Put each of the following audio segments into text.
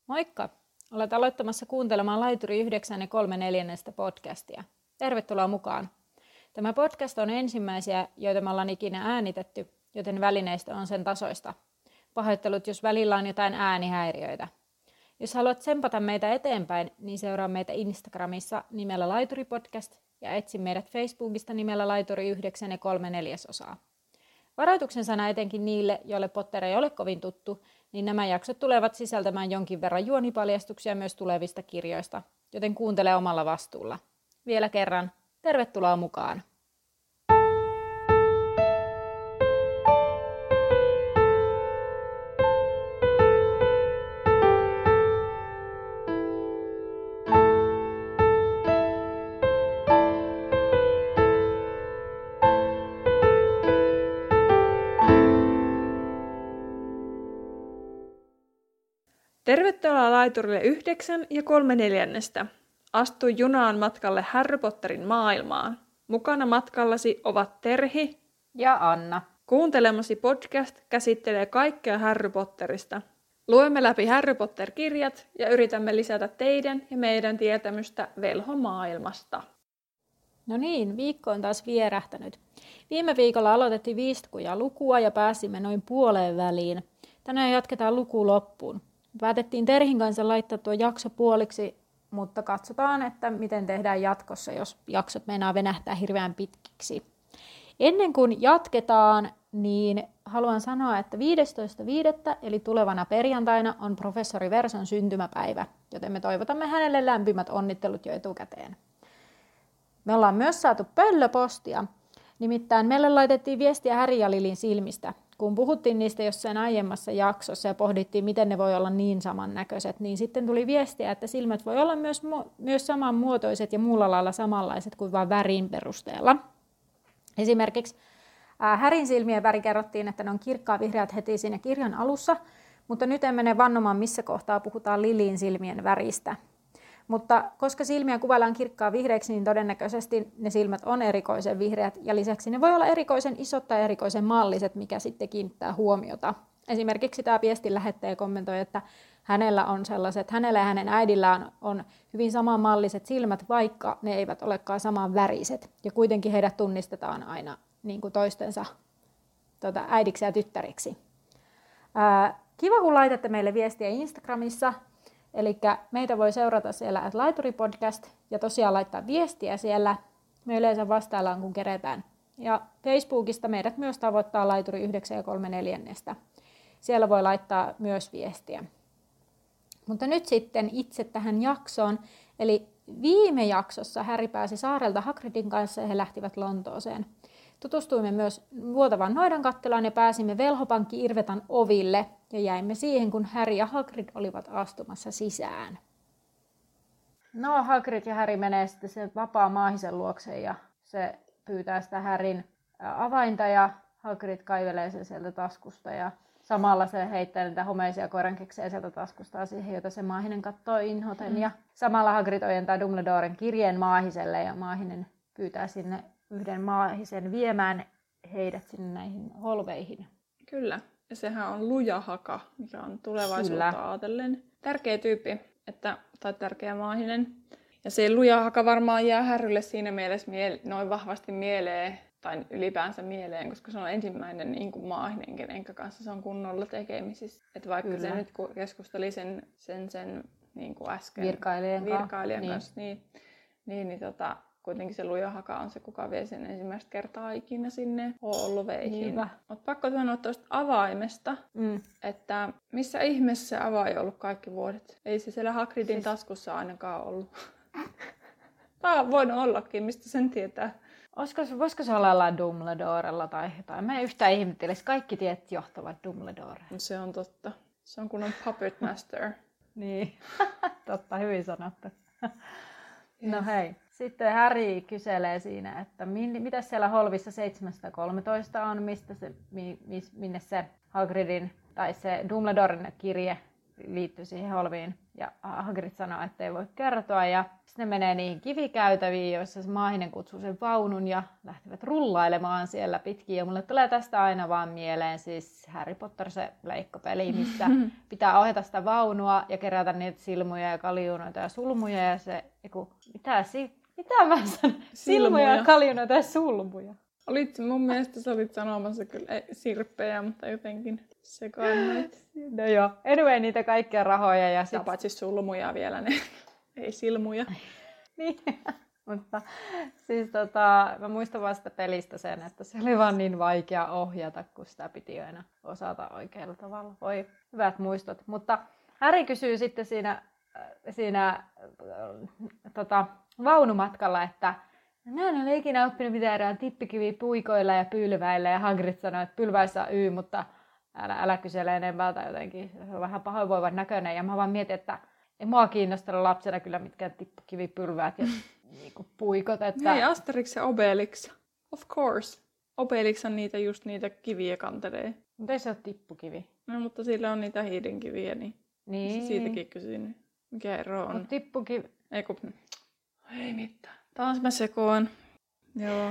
Moikka! Olet aloittamassa kuuntelemaan Laituri 9 ja 3/4 podcastia. Tervetuloa mukaan! Tämä podcast on ensimmäisiä, joita me ollaan ikinä äänitetty, joten välineistö on sen tasoista. Pahoittelut, jos välillä on jotain äänihäiriöitä. Jos haluat tsempata meitä eteenpäin, niin seuraa meitä Instagramissa nimellä Laituri Podcast ja etsi meidät Facebookista nimellä Laituri 9 ja 3/4. Varoituksen sana etenkin niille, joille Potter ei ole kovin tuttu, niin nämä jaksot tulevat sisältämään jonkin verran juonipaljastuksia myös tulevista kirjoista, joten kuuntele omalla vastuulla. Vielä kerran, tervetuloa mukaan! Tervetuloa laiturille 9 ja 3/4. Astu junaan matkalle Harry Potterin maailmaan. Mukana matkallasi ovat Terhi ja Anna. Kuuntelemasi podcast käsittelee kaikkea Harry Potterista. Luemme läpi Harry Potter-kirjat ja yritämme lisätä teidän ja meidän tietämystä velhomaailmasta. No niin, viikko on taas vierähtänyt. Viime viikolla aloitettiin viistukujaa lukua ja pääsimme noin puoleen väliin. Tänään jatketaan lukuun loppuun. Päätettiin Terhin kanssa laittaa tuo jakso puoliksi, mutta katsotaan, että miten tehdään jatkossa, jos jaksot meinaa venähtää hirveän pitkiksi. Ennen kuin jatketaan, niin haluan sanoa, että 15.5. eli tulevana perjantaina on professori Verson syntymäpäivä, joten me toivotamme hänelle lämpimät onnittelut jo etukäteen. Me ollaan myös saatu pöllöpostia, nimittäin meille laitettiin viestiä Harry ja Lilyn silmistä. Kun puhuttiin niistä jossain aiemmassa jaksossa ja pohdittiin, miten ne voi olla niin samannäköiset, niin sitten tuli viestiä, että silmät voi olla myös samanmuotoiset ja muulla lailla samanlaiset kuin vain värin perusteella. Esimerkiksi Harryn silmien väri kerrottiin, että ne on kirkkaavihreät heti siinä kirjan alussa, mutta nyt en mene vannomaan, missä kohtaa puhutaan Lilyn silmien väristä. Mutta koska silmiä kuvaillaan kirkkaan vihreäksi, niin todennäköisesti ne silmät on erikoisen vihreät ja lisäksi ne voi olla erikoisen isot tai erikoisen malliset, mikä sitten kiinnittää huomiota. Esimerkiksi tämä viestin lähettäjä kommentoi, että hänellä ja hänen äidillään on hyvin samanmalliset silmät, vaikka ne eivät olekaan saman väriset. Ja kuitenkin heidät tunnistetaan aina niin kuin toistensa äidiksi ja tyttäriksi. Kiva, kun laitatte meille viestiä Instagramissa. Eli meitä voi seurata siellä @laituripodcast ja tosiaan laittaa viestiä siellä. Me yleensä vastaillaan, kun keretään. Ja Facebookista meidät myös tavoittaa Laituri 9 ja 3/4. Siellä voi laittaa myös viestiä. Mutta nyt sitten itse tähän jaksoon. Eli viime jaksossa Harry pääsi saarelta Hagridin kanssa ja he lähtivät Lontooseen. Tutustuimme myös vuotavaan noidankattilaan ja pääsimme velhopankki Irvetan oville ja jäimme siihen, kun Harry ja Hagrid olivat astumassa sisään. No, Hagrid ja Harry menee sitten sen vapaa maahisen luokse ja se pyytää sitä Harryn avainta ja Hagrid kaivelee sen sieltä taskusta ja samalla se heittää niitä homeisia koirankeksejä sieltä taskustaan siihen, jota se maahinen katsoo inhoten. Ja samalla Hagrid ojentaa Dumbledoren kirjeen maahiselle ja maahinen pyytää sinne yhden maahisen viemään heidät sinne näihin holveihin. Kyllä, ja sehän on Luja Haka, mikä on tulevaisuutta ajatellen tärkeä tyyppi, tai tärkeä maahinen. Ja se Luja Haka varmaan jää Harrylle siinä mielessä noin vahvasti mieleen, tai ylipäänsä mieleen, koska se on ensimmäinen niin kuin maahinen, kenen kanssa se on kunnolla tekemisissä. Että vaikka Kyllä. Se nyt kun keskusteli sen niin kuin äsken virkailijan kanssa, niin kuitenkin se Luja Haka on se, kuka vie sen ensimmäistä kertaa ikinä sinne holveihin. Mutta pakko sanoa tuosta avaimesta, että missä ihmeessä se avain on ollut kaikki vuodet? Ei se siellä Hagridin taskussa ainakaan ollut. Tämä on voinut ollakin, mistä sen tietää. Voisiko se olla jollain Dumbledorella tai jotain? Mä en yhtään ihmettelisi. Kaikki tiet johtavat Dumbledoreen. Se on totta. Se on kunnon puppet master. Niin, totta, hyvin sanottu. No hei. Sitten Harry kyselee siinä, että mitä siellä holvissa 713 on, minne se Hagridin tai se Dumbledoren kirje liittyy siihen holviin. Ja Hagrid sanoo, että ei voi kertoa. Ja sitten ne menee niihin kivikäytäviin, joissa se Maahinen kutsuu sen vaunun ja lähtevät rullailemaan siellä pitkin. Ja mulle tulee tästä aina vaan mieleen siis Harry Potter se leikkopeli, missä pitää ohjata sitä vaunua ja kerätä niitä silmuja ja kaljuunoita ja sulmuja. Ja se, mitä mä sanon? Silmuja ja kaljuunoita ja sulmuja. Mun mielestä sä olit sanomassa kyllä sirppejä, mutta jotenkin sekaannoit. No joo, anyway, niitä kaikkia rahoja. Ja sit... paitsi sulmuja vielä, ne ei silmuja. Niin, mutta siis mä muistan vaan sitä pelistä sen, että se oli vaan niin vaikea ohjata, kun sitä piti aina osata oikealla tavalla. Voi hyvät muistot. Mutta Harry kysyy sitten siinä vaunumatkalla, että mä en ole ikinä oppinut mitään erää tippikiviä puikoilla ja pylväillä. Ja Hagrid sanoi, että pylväissä on mutta älä kysele enemmältä jotenkin. Se on vähän pahoinvoivan näköinen. Ja mä vaan mietin, että ei mua kiinnostella lapsena kyllä mitkään tippukivipylväät ja niinku puikot. Että... Hei, Asterix ja Obelix. Of course. Obelix on niitä kiviä kantelee. Mutta ei se ole tippukivi. No, mutta sillä on niitä hiidenkiviä, niin. Siitäkin kysyin. Mikä ero on? Mut tippukivi... Ei mitään. Taas mä sekoan. Joo.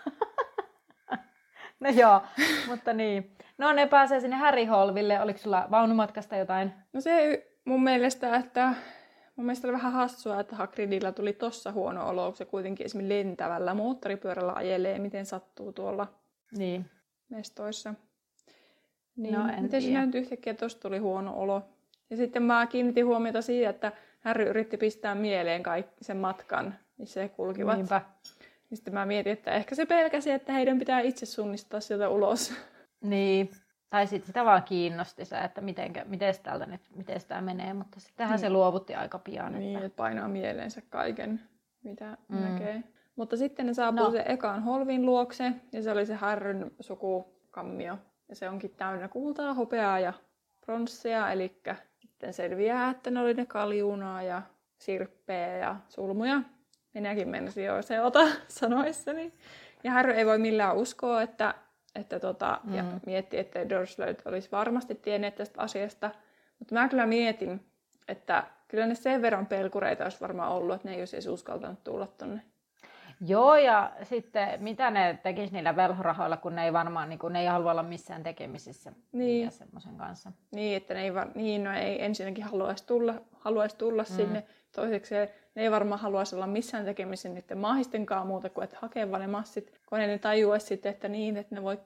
No joo, mutta niin. No ne pääsee sinne Harryholville. Oliko sulla vaunumatkasta jotain? No se mun mielestä oli vähän hassua, että Hagridilla tuli tossa huono olo, kun se kuitenkin esimerkiksi lentävällä moottoripyörällä ajelee, miten sattuu tuolla mestoissa. Niin, no, miten sinä nyt yhtäkkiä tosta tuli huono olo? Ja sitten mä kiinnitin huomiota siihen, että Harry yritti pistää mieleen sen matkan, missä he kulkivat. Niinpä. Ja sitten mä mietin, että ehkä se pelkäsi, että heidän pitää itse suunnistaa sieltä ulos. Niin, tai sitten sitä vaan kiinnosti se, että miten tämä menee, mutta sittenhän se luovutti aika pian. Niin, että painaa mieleensä kaiken, mitä näkee. Mutta sitten ne saapuu sen ekan holvin luokse, ja se oli se Harryn sukukammio. Ja se onkin täynnä kultaa, hopeaa ja pronssia, eli sitten selviää, että ne oli ne kaljuunaa ja sirppeä ja sulmuja. Minäkin menisin jo seota sanoissani. Ja Harry ei voi millään uskoa, ja mietti, että Dursleyt olisi varmasti tienneet tästä asiasta. Mutta mä kyllä mietin, että kyllä ne sen verran pelkureita olisi varmaan ollut, että ne ei olisi edes uskaltanut tulla tonne. Joo, ja sitten mitä ne tekisi niillä velhorahoilla, kun ne ei varmaan ne ei halua olla missään tekemisissä semmoisen kanssa. Niin, että ne ei ensinnäkin haluaisi tulla sinne. Toiseksi ne ei varmaan haluaisi olla missään tekemisissä niiden maahistenkaan muuta kuin, että hakea vaan ne massit. Kun ne tajuaisi sitten, että ne voi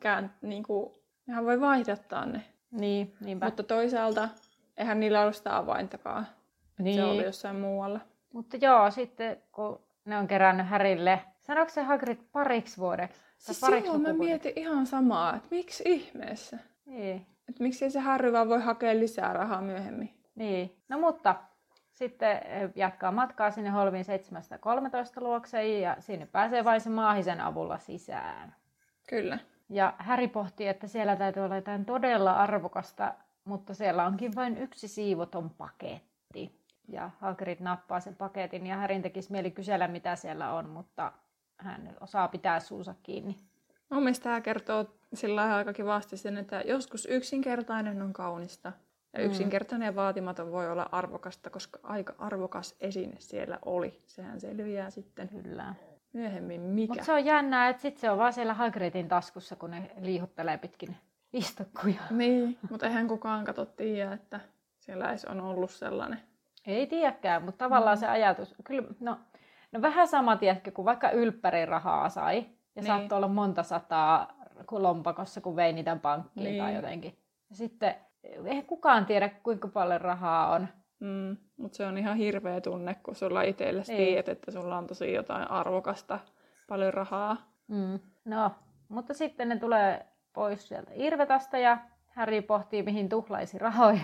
nehän voi vaihdattaa ne. Niin, niinpä. Mutta toisaalta eihän niillä ollut sitä avaintakaan. Niin. Se oli jossain muualla. Mutta joo, sitten kun ne on kerännyt Harrylle, sanoiko se Hagrid pariksi vuodeksi? Siis silloin mä mietin ihan samaa, että miksi ihmeessä? Niin. Että miksi se Harry vaan voi hakea lisää rahaa myöhemmin? Niin, no mutta sitten jatkaa matkaa sinne holviin 713 luokseen ja sinne pääsee vain se Maahisen avulla sisään. Kyllä. Ja Harry pohtii, että siellä täytyy olla jotain todella arvokasta, mutta siellä onkin vain yksi siivoton paketti. Ja Hagrid nappaa sen paketin ja Harryn tekisi mieli kysellä, mitä siellä on, mutta hän osaa pitää suunsa kiinni. Mun mielestä tämä kertoo sillä aika kivasti sen, että joskus yksinkertainen on kaunista. Ja yksinkertainen ja vaatimaton voi olla arvokasta, koska aika arvokas esine siellä oli. Sehän selviää sitten Kyllä. myöhemmin mikä. Mutta se on jännää, että sitten se on vaan siellä Hagridin taskussa, kun ne liihuttelee pitkin istokkuja. Niin, mutta eihän kukaan tiedä, että siellä edes on ollut sellainen. Ei tiedäkään, mutta tavallaan se ajatus, kyllä, no vähän sama tiedätkö, kun vaikka ylppärin rahaa sai, ja saattoi olla monta sataa lompakossa, kun vei niitä pankkiin tai jotenkin. Ja sitten ei kukaan tiedä, kuinka paljon rahaa on. Mutta se on ihan hirveä tunne, kun sulla itsellesi tiedät, että sulla on tosi jotain arvokasta, paljon rahaa. No, mutta sitten ne tulee pois sieltä Irvetasta ja Harry pohtii, mihin tuhlaisi rahoja,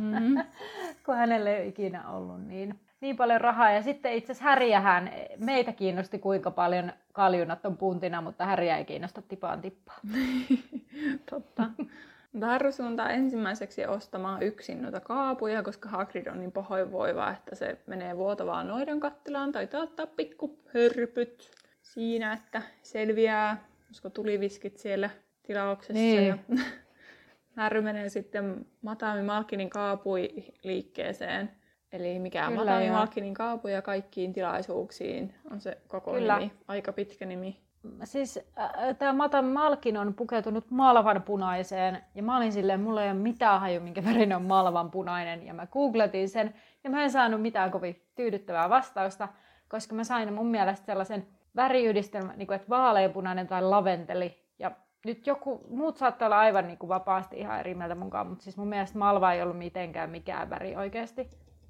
kun hänelle ei ikinä ollut niin paljon rahaa. Ja sitten itse asiassa meitä kiinnosti, kuinka paljon kaljunat on puntina, mutta Harryä ei kiinnosta tipaan tippaa. Totta. Mutta Harry suuntaa ensimmäiseksi ostamaan yksin noita kaapuja, koska Hagrid on niin pahoinvoiva, että se menee vuotavaan noidan kattilaan. Taitaa ottaa pikkuhörpyt siinä, että selviää, koska tuliviskit siellä tilauksessa. Niin. Ja Harry menee sitten Madame Malkinin kaapui-liikkeeseen. Eli mikä on Kyllä, Madame joo. Malkinin kaapuja ja kaikkiin tilaisuuksiin on se koko Kyllä. nimi. Aika pitkä nimi. Siis tämä Madame Malkin on pukeutunut malvanpunaiseen ja mä olin silleen, mulla ei ole mitään haju, minkä värinen on malvanpunainen ja mä googletin sen ja mä en saanut mitään kovin tyydyttävää vastausta, koska mä sain mun mielestä sellaisen väriyhdistelmän, niin kuin, että vaaleanpunainen tai laventeli ja nyt joku, muut saattaa olla aivan niin kuin vapaasti ihan eri mieltä munkaan, mutta siis mun mielestä malva ei ollut mitenkään mikään väri oikeasti.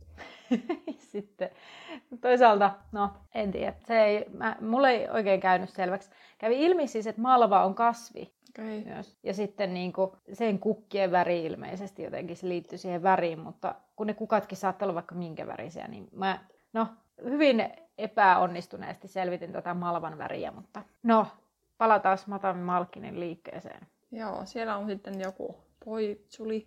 Sitten toisaalta, no en tiedä, mulle ei oikein käynyt selväksi. Kävi ilmi siis, että malva on kasvi myös. Ja sitten niin kuin, sen kukkien väri ilmeisesti jotenkin se liittyy siihen väriin, mutta kun ne kukatkin saattaa olla vaikka minkä värisiä, niin mä hyvin epäonnistuneesti selvitin tätä malvan väriä, mutta palataan Madame Malkinin liikkeeseen. Joo, siellä on sitten joku poitsuli.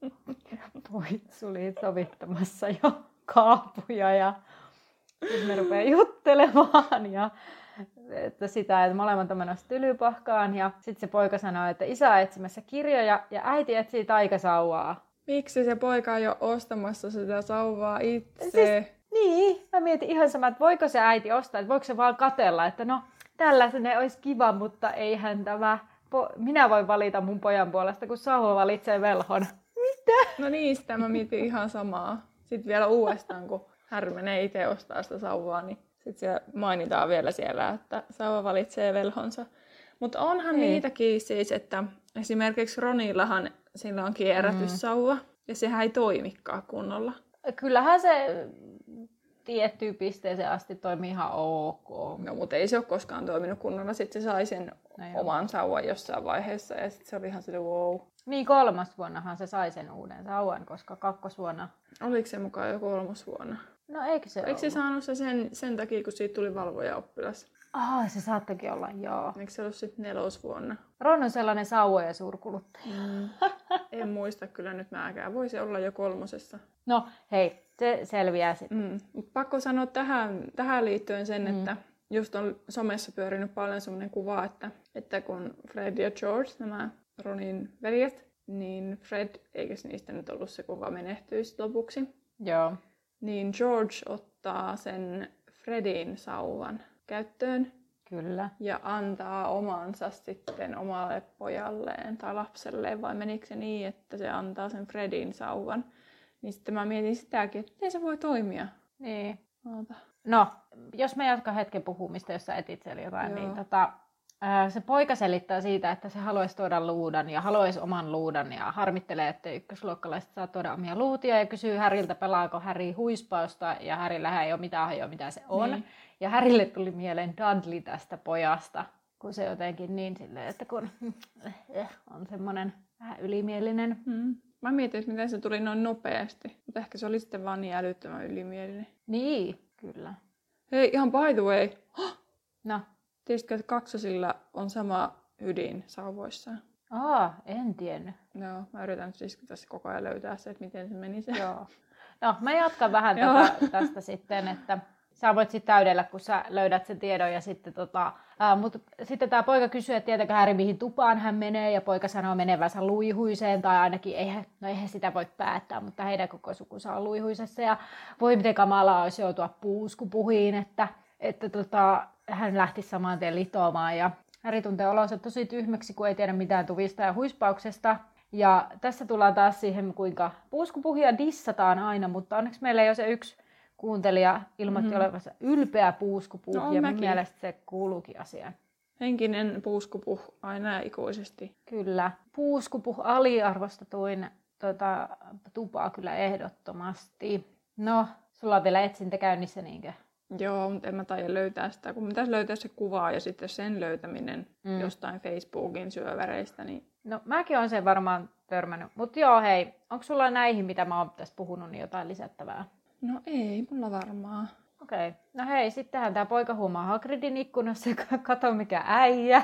Poitsuli sovittamassa jo kaapuja ja sitten me rupeaa juttelemaan ja että molemmat on menossa Tylypahkaan ja sitten se poika sanoo, että isä on etsimässä kirjoja ja äiti etsii taikasauvaa. Miksi se poika on jo ostamassa sitä sauvaa itse? Siis, niin, mä mietin ihan sama, että voiko se äiti ostaa, että voiko se vaan katsella, että tällainen olisi kiva, mutta eihän tämä, minä voin valita mun pojan puolesta, kun sauva valitsee velhon. Mitä? No niin, sitä mä mietin ihan samaa. Sitten vielä uudestaan, kun Harry menee itse ostaa sitä sauvaa, niin sitten siellä mainitaan vielä siellä, että sauva valitsee velhonsa. Mutta onhan niitäkin siis, että esimerkiksi Ronillahan sillä on kierrätyssauva, ja sehän ei toimikaan kunnolla. Kyllähän se tiettyyn pisteeseen asti toimii ihan ok. No, mutta ei se ole koskaan toiminut kunnolla. Sitten se sai sen oman sauvan jossain vaiheessa, ja sitten se oli ihan silleen wow. Niin, 3. vuonnahan se sai sen uuden sauvan, koska 2. vuonna... Oliko se mukaan jo 3. vuonna? No eikö se Eikö se saanut se sen takia, kun siitä tuli valvojaoppilas? Se saattaakin olla, joo. Eikö se ollut sitten 4. vuonna? Ron on sellainen sauvojen suurkuluttaja. En muista kyllä nyt mäkään. Voisi olla jo 3. No hei, se selviää sitten. Pakko sanoa tähän liittyen sen, että just on somessa pyörinyt paljon semmoinen kuva, että kun Fred ja George, nämä Ronin veljet, niin Fred, eikä niistä nyt ollut se, kuka menehtyisi lopuksi. Joo. Niin George ottaa sen Fredin sauvan käyttöön. Kyllä. Ja antaa omansa sitten omalle pojalleen tai lapselleen, vai menikö se niin, että se antaa sen Fredin sauvan. Niin sitten mä mietin sitäkin, että miten se voi toimia. Niin. Oota. No, jos mä jatkan hetken puhumista, jos sä etit siellä jotain, niin se poika selittää siitä, että se haluaisi tuoda luudan ja haluaisi oman luudan ja harmittelee, että ykkösluokkalaiset saa tuoda omia luutia ja kysyy Harryltä, pelaako Harry huispausta ja Harryllähän ei ole mitään hajoa, mitä se on. Niin. Ja Harrylle tuli mieleen Dudley tästä pojasta, kun se jotenkin niin silleen, että kun on semmoinen vähän ylimielinen. Mä mietin, että miten se tuli noin nopeasti, mutta ehkä se oli sitten vaan niin älyttömän ylimielinen. Niin, kyllä. Hei, ihan by the way. No. Tiesitkö, että kaksosilla on sama ydin sauvoissaan? En tiennyt. Joo, mä yritän siis tässä koko ajan löytää se, että miten se meni se. Joo. No, mä jatkan vähän tästä sitten, että sä voit sitten täydellä, kun sä löydät sen tiedon. Ja sitten, mutta sitten tämä poika kysyy, että tietääkö Harry, mihin tupaan hän menee. Ja poika sanoo menevänsä luihuiseen, tai ainakin eihän sitä voi päättää, mutta heidän koko sukunsa on luihuisessa. Ja voi miten kamalaa olisi joutua puuskupuhiin, että hän lähti saman tien litoamaan. Ja Harry tuntee olonsa tosi tyhmäksi, kun ei tiedä mitään tuvista ja huispauksesta. Ja tässä tullaan taas siihen, kuinka puuskupuhia dissataan aina, mutta onneksi meillä ei ole se yksi kuuntelija ilmoitti olevansa ylpeä puuskupuhja. No, ja mun mielestä se kuuluukin asiaan. Henkinen puuskupuh aina ikuisesti. Kyllä. Puuskupuh aliarvostetuin tupaa kyllä ehdottomasti. No, sulla on vielä etsintä käynnissä, niinkö? Joo, mutta en mä taida löytää sitä. Kun pitäisi löytää se kuva ja sitten sen löytäminen jostain Facebookin syöväreistä. Niin... No, mäkin olen sen varmaan törmännyt. Mutta joo, hei, onko sulla näihin, mitä mä oon tässä puhunut, niin jotain lisättävää? No ei, mulla varmaan. Okei. No hei, sittenhän tää poika huomaa Hagridin ikkunassa ja kato mikä äijä.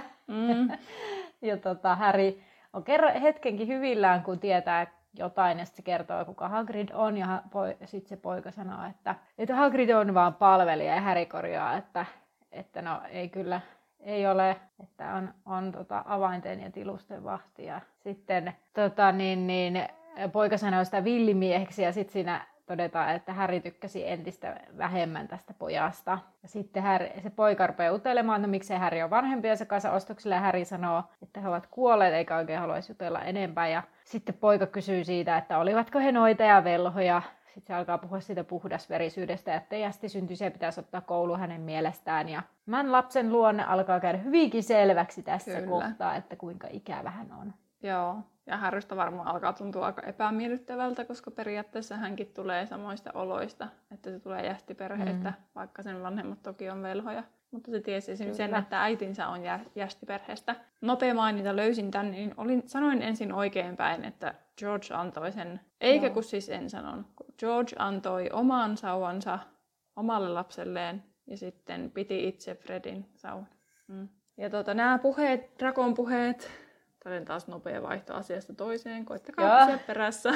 Ja Harry on hetkenkin hyvillään, kun tietää jotain, ja sitten se kertoo, kuka Hagrid on, ja sitten se poika sanoo, että Hagrid on vaan palvelija, ja Harry korjaa, että no ei kyllä ei ole, että on avainten ja tilusten vahti. Ja sitten poika sanoo sitä villimieheksi ja sitten siinä todetaan, että Harry tykkäsi entistä vähemmän tästä pojasta. Ja sitten se poika rupeaa utelemaan, että miksei Harry on vanhempiensa kanssa ostoksilla. Ja Harry sanoo, että he ovat kuolleet eikä oikein haluaisi jutella enempää. Ja sitten poika kysyy siitä, että olivatko he noita ja velhoja. Sitten se alkaa puhua siitä puhdasverisyydestä, että jästi syntyisiä pitäisi ottaa kouluun hänen mielestään. Ja tämän lapsen luonne alkaa käydä hyvinkin selväksi tässä kohtaa, että kuinka ikävä hän on. Joo, ja Harrystä varmaan alkaa tuntua aika epämiellyttävältä, koska periaatteessa hänkin tulee samoista oloista, että se tulee jästiperheestä, vaikka sen vanhemmat toki on velhoja. Mutta se tiesi esimerkiksi sen, että äitinsä on jästiperheestä. Nopea mainita, löysin tämän, niin sanoin ensin oikeinpäin, että George antoi sen, eikä kun siis en sanon. George antoi oman sauvansa omalle lapselleen ja sitten piti itse Fredin sauvan. Ja nämä puheet, Drakon puheet, tämä oli taas nopea vaihto asiasta toiseen, koittakaa pysyä perässä.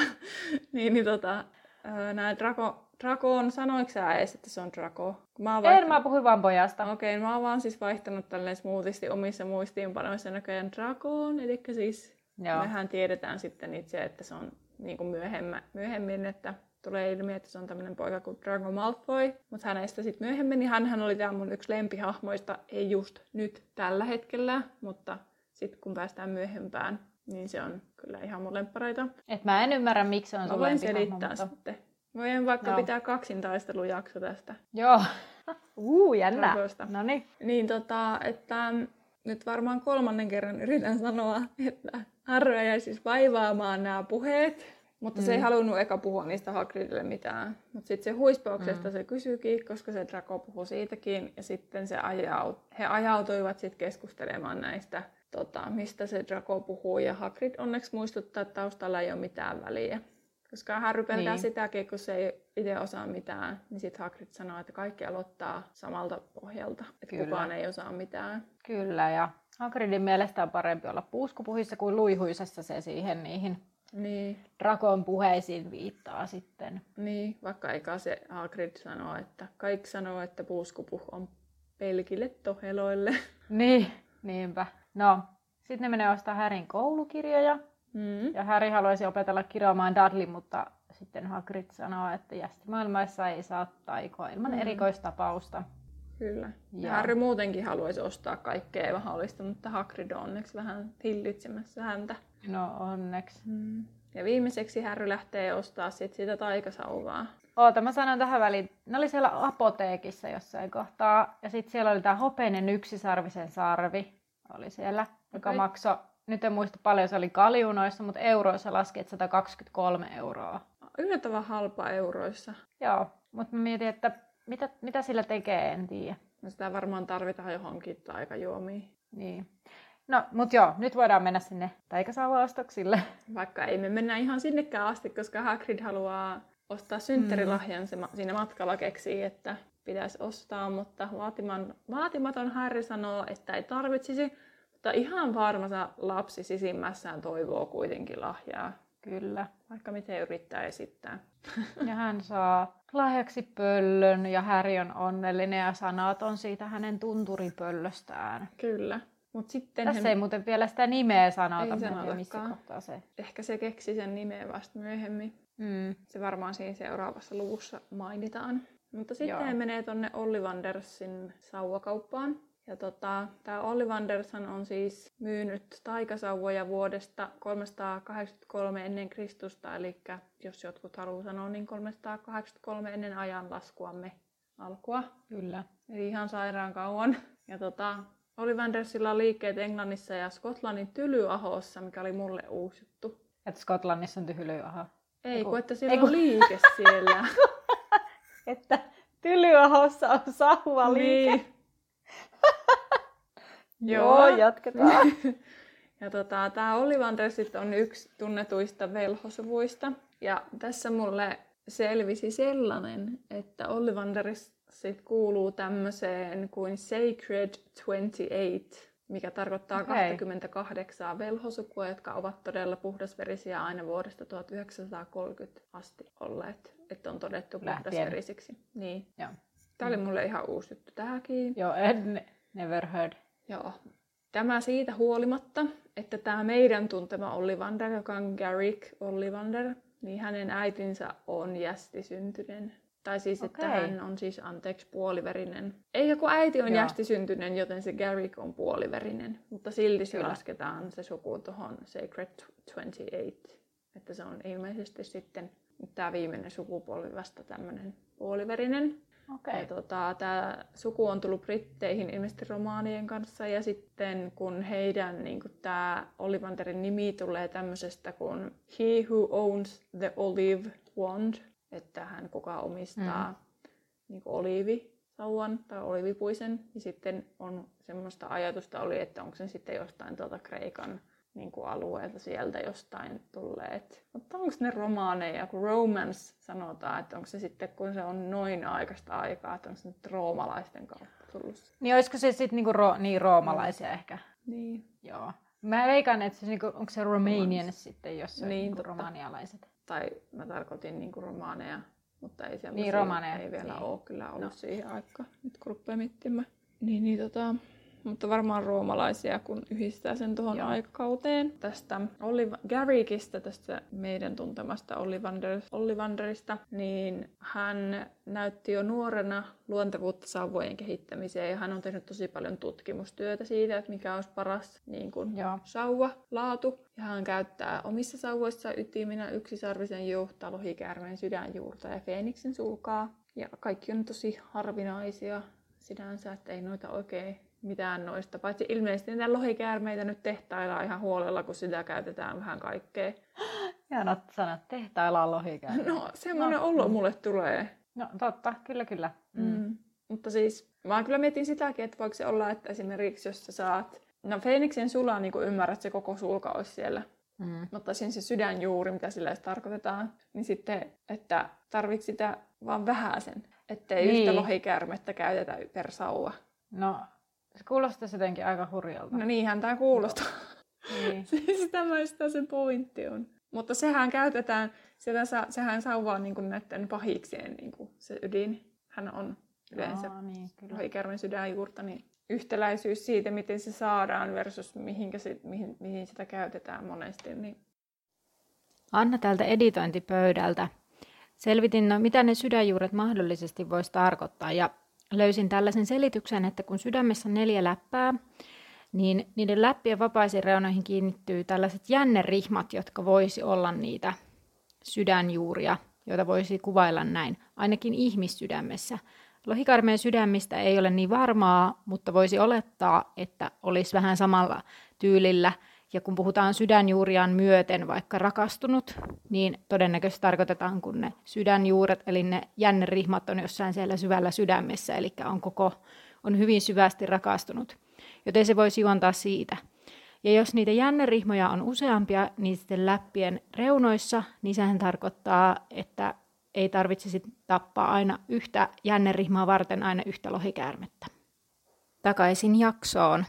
Nämä Drakon, sanoiko sä edes, että se on Draco? Mä puhuin vaan pojasta. Okei, mä oon vaan siis vaihtanut tälleen smoothisti omissa muistiinpanoissa näköjään Drakon, eli siis mehän tiedetään sitten itse, että se on niin kuin myöhemmin, että tulee ilmi, että se on tämmöinen poika kuin Draco Malfoy, mutta hänestä sitten myöhemmin, niin hänhän oli tää mun yksi lempihahmoista, ei just nyt tällä hetkellä, mutta sitten kun päästään myöhempään, niin se on kyllä ihan mun lemppareita. Et mä en ymmärrä, miksi se on sun lempihahmo. Voin selittää sitten. Voin vaikka pitää kaksintaistelujakso tästä. Joo. Jännä. Noniin. Niin että nyt varmaan 3. kerran yritän sanoa, että Harry jäi siis vaivaamaan nämä puheet. Mutta se ei halunnut eka puhua niistä Hagridille mitään. Mutta sitten se huispauksesta se kysyikin, koska se Draco puhui siitäkin. Ja sitten he ajautuivat sitten keskustelemaan näistä, mistä se Draco puhuu. Ja Hagrid onneksi muistuttaa, että taustalla ei ole mitään väliä. Koska Harry pelkää sitäkin, kun se ei itse osaa mitään. Niin sitten Hagrid sanoo, että kaikki aloittaa samalta pohjalta. Että kukaan ei osaa mitään. Kyllä, ja Hagridin mielestä on parempi olla puuskupuhissa kuin luihuisessa se siihen niihin. Niin. Drakon puheisiin viittaa sitten. Niin, vaikka eikä se Hagrid sanoo, että kaikki sanoo, että puuskupuh on pelkille toheloille. Niin, niinpä. No, sitten ne menee ostaa Harryn koulukirjoja. Ja Harry haluaisi opetella kirjoamaan Dudley, mutta sitten Hagrid sanoo, että jästimaailmassa ei saa taikoa ilman erikoistapausta. Kyllä. Ja Harry muutenkin haluaisi ostaa kaikkea mahdollista, mutta Hagrid on onneksi vähän hillitsemässä häntä. No onneksi. Ja viimeiseksi Harry lähtee ostaa sitä taikasauvaa. Mä sanon tähän väliin. Ne oli siellä apoteekissa jossain kohtaa. Ja sitten siellä oli tää hopeinen yksisarvisen sarvi. Oli siellä, joka maksoi, nyt en muista paljon se oli kaljunoissa, mutta euroissa laski, että 123 €. Yllättävän halpa euroissa. Joo, mutta mä mietin, että mitä sillä tekee, en tiedä. No sitä varmaan tarvitaan johonkin taikajuomiin. Niin. No, mut joo, nyt voidaan mennä sinne taikasauvaostoksille. Vaikka ei me mennä ihan sinnekään asti, koska Hagrid haluaa ostaa synttärilahjan. Se siinä matkalla keksii, että pitäisi ostaa, mutta vaatimaton Harry sanoo, että ei tarvitsisi. Mutta ihan varma lapsi sisimmässään toivoo kuitenkin lahjaa. Kyllä. Vaikka miten yrittää esittää. Ja hän saa lahjaksi pöllön ja Harry on onnellinen ja sanaton siitä hänen tunturipöllöstään. Kyllä. Mut sitten tässä ei muuten vielä sitä nimeä sanota. Ei sanotakaan. Missä kohtaa se. Ehkä se keksi sen nimeä vasta myöhemmin. Se varmaan siinä seuraavassa luvussa mainitaan. Mutta sitten he menee tonne Ollivandersin sauvakauppaan. Ja tää Ollivandershan on siis myynyt taikasauvoja vuodesta 383 ennen Kristusta. Eli jos jotkut haluaa sanoa, niin 383 ennen ajanlaskuamme alkua. Kyllä. Eli ihan sairaan kauan. Ja Ollivandersilla on liikkeet Englannissa ja Skotlannin Tylyahossa, mikä oli mulle uusi juttu. Että Skotlannissa on Tylyaho? Ei, kun että siellä on liike siellä. Että Tylyahossa on sauvaliike. Niin. Joo, jatketaan. Ja tää Ollivandersit on yksi tunnetuista velhosuvuista. Ja tässä mulle selvisi sellainen, että Ollivandersit kuuluu tämmöiseen kuin Sacred 28, mikä tarkoittaa 28 velhosukua, jotka ovat todella puhdasverisiä aina vuodesta 1930 asti olleet, että on todettu puhdasverisiksi. Niin. Joo. Tämä oli mulle ihan uusi juttu tähänkin. Joo, never heard. Joo. Tämä siitä huolimatta, että tämä meidän tuntema Ollivander, joka on Garrick Ollivander, niin hänen äitinsä on jästisyntyinen. Tai siis, että hän on siis puoliverinen. Eikä kun äiti on jästisyntyinen, joten se Garrick on puoliverinen. Mutta silti se lasketaan se suku tuohon Sacred 28. Että se on ilmeisesti sitten tämä viimeinen sukupolvi vasta tämmöinen puoliverinen. Okay. Tämä suku on tullut Britteihin ilmeisesti romaanien kanssa ja sitten kun heidän tämä Ollivanderin nimi tulee tämmöisestä kuin He who owns the olive wand, että hän kuka omistaa oliivisauvan tai oliivipuisen. Ja sitten on semmoista ajatusta oli, että onko se sitten jostain tuolta Kreikan alueelta sieltä jostain tulleet. Mutta onko ne romaaneja, kun romance sanotaan, että onko se sitten, kun se on noin aikaista aikaa, että onko se nyt roomalaisten kautta tullut? Niin olisiko se sitten niin roomalaisia ehkä? Niin. Joo. Mä veikkaan, että se, onko se Romanian sitten, jos se on romanialaiset. Tai mä tarkoitin romaaneja, mutta ei sellaisia ei vielä ole kyllä ollut siihen aikaan, nyt kun rupeaa miettimään. Mutta varmaan roomalaisia, kun yhdistää sen tuohon aikakauteen. Tästä Garrickista, tästä meidän tuntemasta Ollivanderista, niin hän näytti jo nuorena luontevuutta sauvojen kehittämiseen. Ja hän on tehnyt tosi paljon tutkimustyötä siitä, että mikä olisi paras sauva-laatu. Ja hän käyttää omissa sauvoissaan ytiminä yksisarvisen juurta, lohikäärmeen sydänjuurta ja feeniksen sulkaa. Ja kaikki on tosi harvinaisia sinänsä, että ei noita oikein mitään noista. Paitsi ilmeisesti niitä lohikäärmeitä nyt tehtaillaan ihan huolella, kun sitä käytetään vähän kaikkea. Ihan sanat, tehtaillaan lohikäärmeitä. No, semmoinen olo mulle tulee. No, totta, kyllä. Mutta siis, mä kyllä mietin sitäkin, että voiko se olla, että esimerkiksi jos sä saat... No, feeniksen sulaa, niin kuin ymmärrät, että se koko sulka olisi siellä. Mutta siinä se sydänjuuri, mitä sillä edes tarkoitetaan, niin sitten, että tarvitsi sitä vaan vähäsen. Ettei yhtä lohikäärmettä käytetä per sauva. No, se kuulostaisi jotenkin aika hurjalta. No niinhän tämä kuulostaa. Niin. Siis tämmöistä se pointti on. Mutta sehän käytetään, sehän sauvaa näiden pahikseen se ydin. Hän on yleensä lohikäärmen sydänjuurta, niin yhtäläisyys siitä, miten se saadaan versus mihin sitä käytetään monesti. Niin. Anna täältä editointipöydältä. Selvitin, mitä ne sydänjuuret mahdollisesti voisi tarkoittaa ja löysin tällaisen selityksen, että kun sydämessä on 4 läppää, niin niiden läppien vapaisiin reunoihin kiinnittyy tällaiset jännerihmat, jotka voisi olla niitä sydänjuuria, joita voisi kuvailla näin, ainakin ihmissydämessä. Lohikäärmeen sydämistä ei ole niin varmaa, mutta voisi olettaa, että olisi vähän samalla tyylillä. Ja kun puhutaan sydänjuuriaan myöten vaikka rakastunut, niin todennäköisesti tarkoitetaan, kun ne sydänjuuret, eli ne jännerihmat on jossain siellä syvällä sydämessä, eli on hyvin syvästi rakastunut. Joten se voisi juontaa siitä. Ja jos niitä jännerihmoja on useampia niiden läppien reunoissa, niin sehän tarkoittaa, että ei tarvitsisi tappaa aina yhtä jännerihmaa varten aina yhtä lohikäärmettä. Takaisin jaksoon.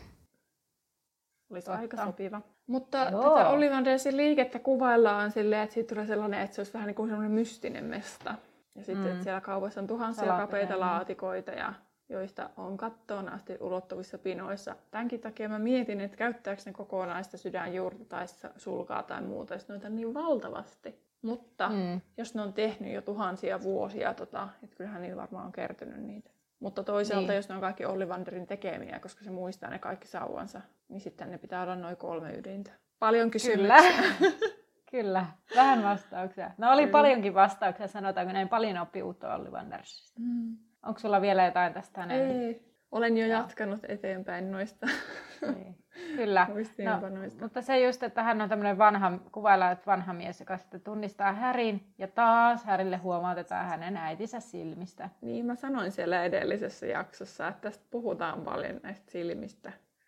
Olisi aika sopiva. Mutta tätä Ollivandersin liikettä kuvaillaan silleen, että siitä tulee sellainen, että se olisi vähän niin kuin sellainen mystinen mesta. Ja sitten että siellä kaupassa on tuhansia kapeita laatikoita, joista on kattoon asti ulottuvissa pinoissa. Tämänkin takia mä mietin, että käyttääkö ne kokonaista sydänjuurta tai sulkaa tai muuta, jos noita on niin valtavasti. Mutta jos ne on tehnyt jo tuhansia vuosia, että kyllähän niillä varmaan on kertynyt niitä. Mutta toisaalta, jos ne on kaikki Ollivanderin tekemiä, koska se muistaa ne kaikki sauvansa, niin sitten ne pitää olla noin 3 ydintä. Paljon kysymyksiä. Kyllä, vähän vastauksia. No oli paljonkin vastauksia, sanotaanko näin, paljon oppii uutta Ollivandersista. Onko sulla vielä jotain tästä hänen? Ei, olen jo jatkanut eteenpäin noista. Niin. Kyllä, mutta se just, että hän on tämmöinen kuvaillaan, että vanha mies, joka sitten tunnistaa Harryn ja taas Harrylle huomautetaan hänen äitinsä silmistä. Niin, mä sanoin siellä edellisessä jaksossa, että tästä puhutaan paljon näistä silmistä.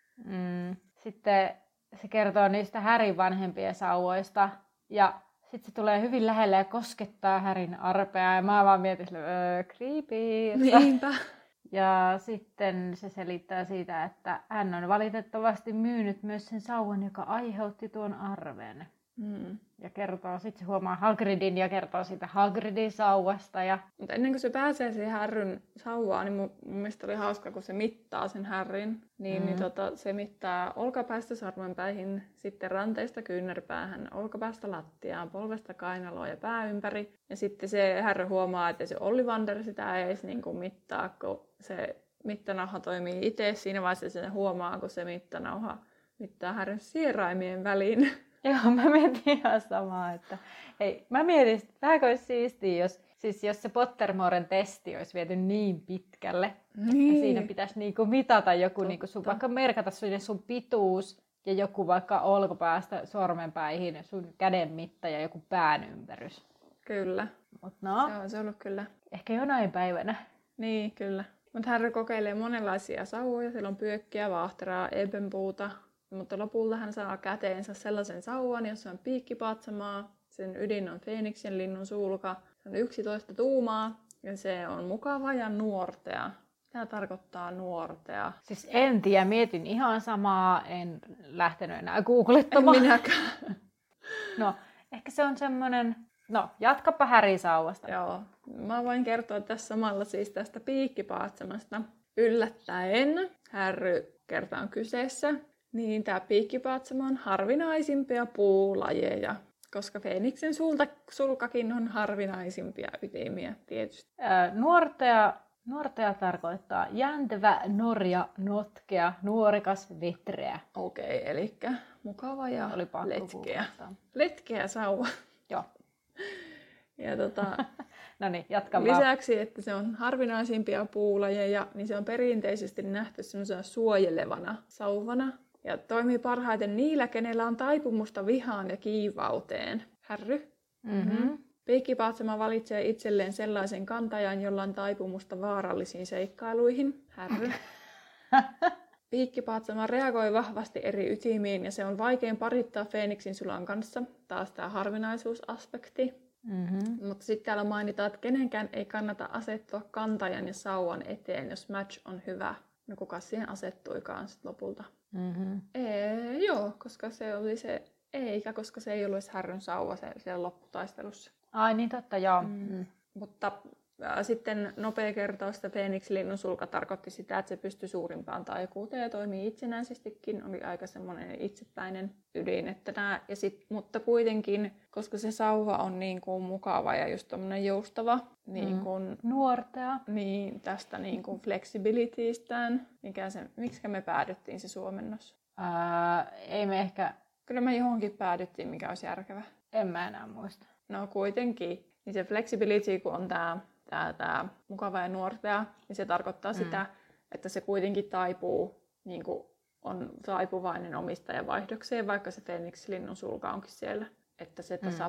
Sitten se kertoo niistä Harryn vanhempien sauvoista ja sitten se tulee hyvin lähelle ja koskettaa Harryn arpea ja mä vaan mietin, creepy. Niinpä. Ja sitten se selittää siitä, että hän on valitettavasti myynyt myös sen sauvan, joka aiheutti tuon arven. Ja kertoo, sitten se huomaa Hagridin ja kertoo siitä Hagridin sauvasta. Ja... Mutta ennen kuin se pääsee siihen Harryn sauvaan, niin mun mielestä oli hauska, kun se mittaa sen Harryn. Se mittaa olkapäästä sormenpäihin, sitten ranteista kyynärpäähän, olkapäästä lattiaan, polvesta kainaloon ja pää ympäri. Ja sitten se Harry huomaa, että se Ollivander sitä ei edes niin kuin mittaa, kun se mittanauha toimii itse. Siinä vaiheessa se huomaa, kun se mittanauha mittaa Harryn sieraimien väliin. Joo, mä mietin ihan samaa, että hei, mä mietin, että vähänkö olisi siistiä, jos se Pottermoren testi olisi viety niin pitkälle, niin. Ja siinä pitäisi niinku mitata joku, niinku sun, vaikka merkata sun pituus ja joku vaikka olkapäästä sormenpäihin, sun käden mitta ja joku pään ympärys. Kyllä. Mut no, se on se ollut kyllä. Ehkä jonain päivänä. Niin, kyllä. Mutta Harry kokeilee monenlaisia sauvoja. Siellä on pyökkiä, vaahteraa, ebenpuuta. Mutta lopulta hän saa käteensä sellaisen sauvan, jossa on piikkipatsamaa. Sen ydin on Feeniksen linnun sulka. Se on 11 tuumaa ja se on mukava ja nuortea. Tämä tarkoittaa nuortea. Siis en tiedä, mietin ihan samaa. En lähtenyt enää googlettamaan. En minäkään. No, ehkä se on semmoinen... No, jatkapa Harry sauvasta. Joo. Mä voin kertoa tässä samalla siis tästä piikkipatsamasta. Yllättäen Harry kerta on kyseessä. Niin tämä piikkipatsamo on harvinaisimpia puulajeja, koska Feeniksen sulkakin on harvinaisimpia ytimiä tietysti. Nuortea tarkoittaa jäntevä, norja, notkea, nuorekas, vetreä. Okei, eli mukava ja letkeä. Letkeä sauva. Joo. Ja no niin, jatka vaan. Lisäksi, että se on harvinaisimpia puulajeja, niin se on perinteisesti nähty semmoisena suojelevana sauvana. Ja toimii parhaiten niillä, kenellä on taipumusta vihaan ja kiivauteen. Harry. Mm-hmm. Piikkipatsama valitsee itselleen sellaisen kantajan, jolla on taipumusta vaarallisiin seikkailuihin. Harry. Piikkipatsama reagoi vahvasti eri ytimiin ja se on vaikein parittaa Feeniksin sulan kanssa. Taas tämä harvinaisuusaspekti. Mm-hmm. Mutta sitten täällä mainitaan, että kenenkään ei kannata asettua kantajan ja sauvan eteen, jos match on hyvä. No kuka siihen asettuikaan sitten lopulta? Mm-hmm. Joo, koska se oli se, eikä koska se ei ollut edes Harryn sauva siellä lopputaistelussa. Ai niin totta, joo. Mutta sitten nopea kertaus, että Feenix-linnun sulka tarkoitti sitä, että se pystyi suurimpaan taikuuteen ja toimii itsenäisestikin. Oli aika semmoinen itsepäinen ydin. Mutta kuitenkin, koska se sauva on niin kuin mukava ja just tommoinen joustava, niin kuin, nuortea. Niin, tästä niin kuin flexibilityistään. Miksi me päädyttiin se suomennos? Ei me ehkä... Kyllä me johonkin päädyttiin, mikä olisi järkevä. En mä enää muista. No kuitenkin. Niin se flexibility, kun on tää mukava ja nuortea, niin se tarkoittaa sitä, että se kuitenkin taipuu, niin kuin on taipuvainen omistajavaihdokseen, vaikka se Feenix-linnun sulka onkin siellä. Että